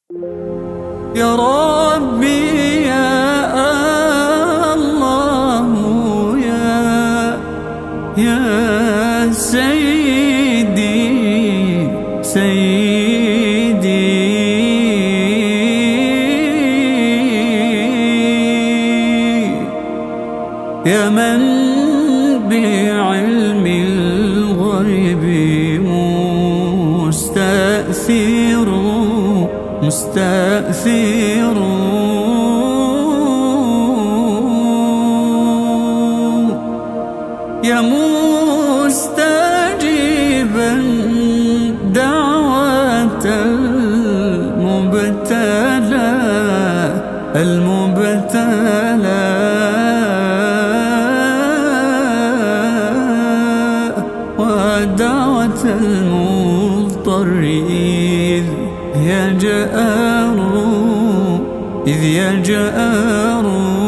يا ربي يا الله يا سيدي يا من بعلم الغيب مستأثر يا مستجيبا دعوة المبتلى ودعوة المضطر إذ يجأر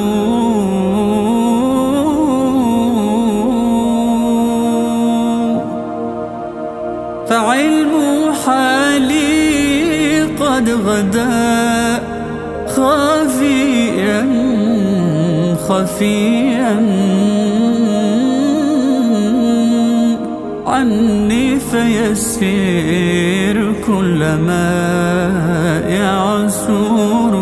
فعلم حالي قد غدا خفيا عني فيسير كل ما يعسر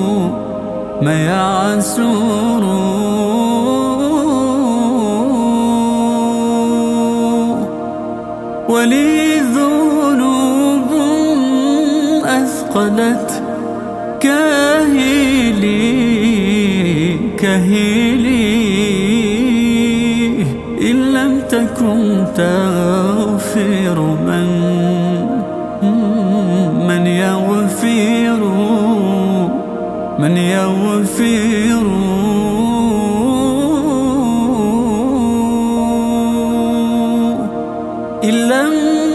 ولي ذنوب أثقلت كهيلي إن لم تكن تغفر من يغفر إن لم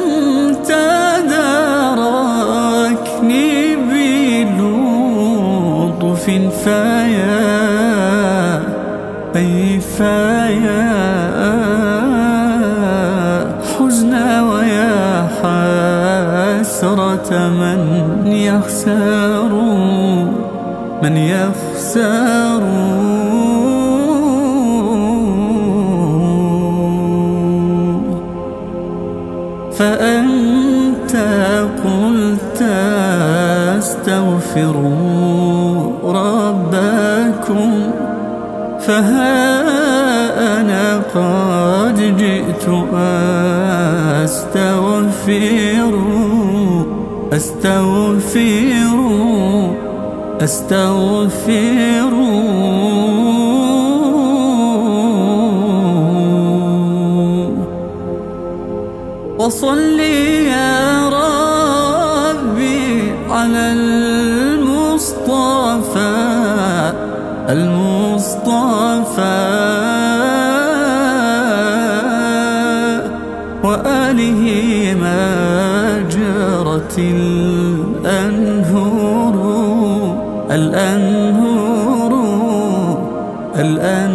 تداركني بلطف فيا حزنا ويا حسرة من يخسر فأنت قلت استغفروا ربكم فها أنا قد جئت أستغفر وصلي يا ربي على المصطفى وآله ما جرت الأنهار